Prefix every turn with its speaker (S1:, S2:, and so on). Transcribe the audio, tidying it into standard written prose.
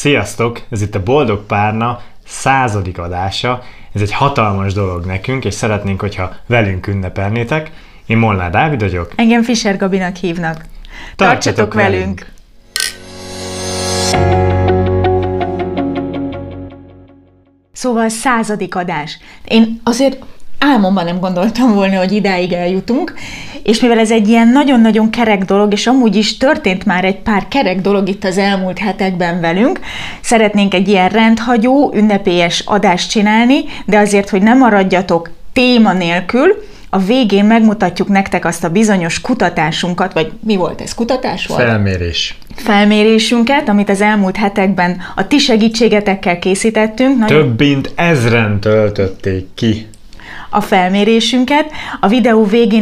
S1: Sziasztok! Ez itt a Boldog Párna 100. adása. Ez egy hatalmas dolog nekünk, és szeretnénk, hogyha velünk ünnepelnétek. Én Molnár Dávid vagyok.
S2: Engem Fischer Gabinak hívnak. Tartsatok velünk! Szóval 100. adás. Én azért álmomban nem gondoltam volna, hogy idáig eljutunk, és mivel ez egy ilyen nagyon-nagyon kerek dolog, és amúgy is történt már egy pár kerek dolog itt az elmúlt hetekben velünk, szeretnénk egy ilyen rendhagyó, ünnepélyes adást csinálni, de azért, hogy ne maradjatok téma nélkül, a végén megmutatjuk nektek azt a bizonyos kutatásunkat, vagy mi volt ez? Kutatás volt? Felmérésünket, amit az elmúlt hetekben a ti segítségetekkel készítettünk.
S1: Több mint 1000-en töltötték ki
S2: a felmérésünket. A videó végén